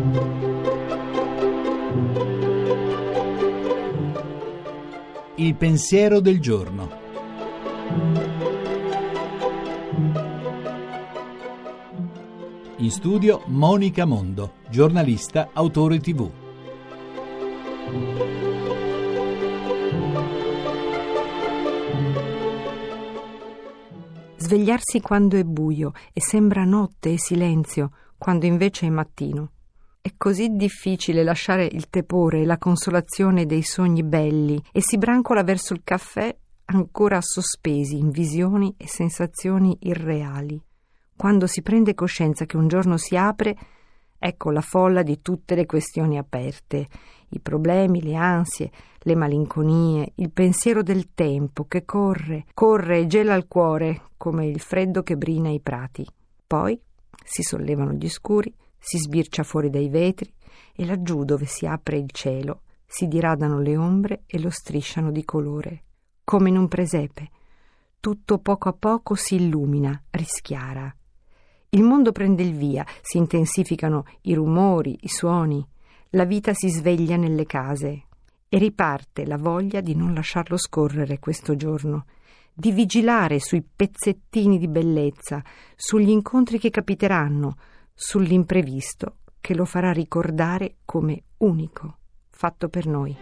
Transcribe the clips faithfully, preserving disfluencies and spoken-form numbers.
Il pensiero del giorno. In studio Monica Mondo, giornalista, autore tivù. Svegliarsi quando è buio e sembra notte e silenzio, quando invece è mattino. È così difficile lasciare il tepore e la consolazione dei sogni belli e si brancola verso il caffè ancora sospesi in visioni e sensazioni irreali. Quando si prende coscienza che un giorno si apre, ecco la folla di tutte le questioni aperte, i problemi, le ansie, le malinconie, il pensiero del tempo che corre, corre e gela il cuore come il freddo che brina i prati. Poi si sollevano gli scuri, si sbircia fuori dai vetri e laggiù dove si apre il cielo si diradano le ombre e lo strisciano di colore. Come in un presepe, tutto poco a poco si illumina, rischiara. Il mondo prende il via, si intensificano i rumori, i suoni, la vita si sveglia nelle case e riparte la voglia di non lasciarlo scorrere questo giorno, di vigilare sui pezzettini di bellezza, sugli incontri che capiteranno, sull'imprevisto che lo farà ricordare come unico, fatto per noi.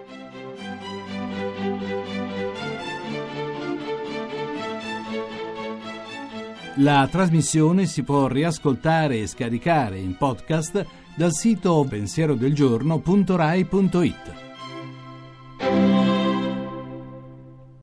La trasmissione si può riascoltare e scaricare in podcast dal sito pensierodelgiorno punto rai punto it.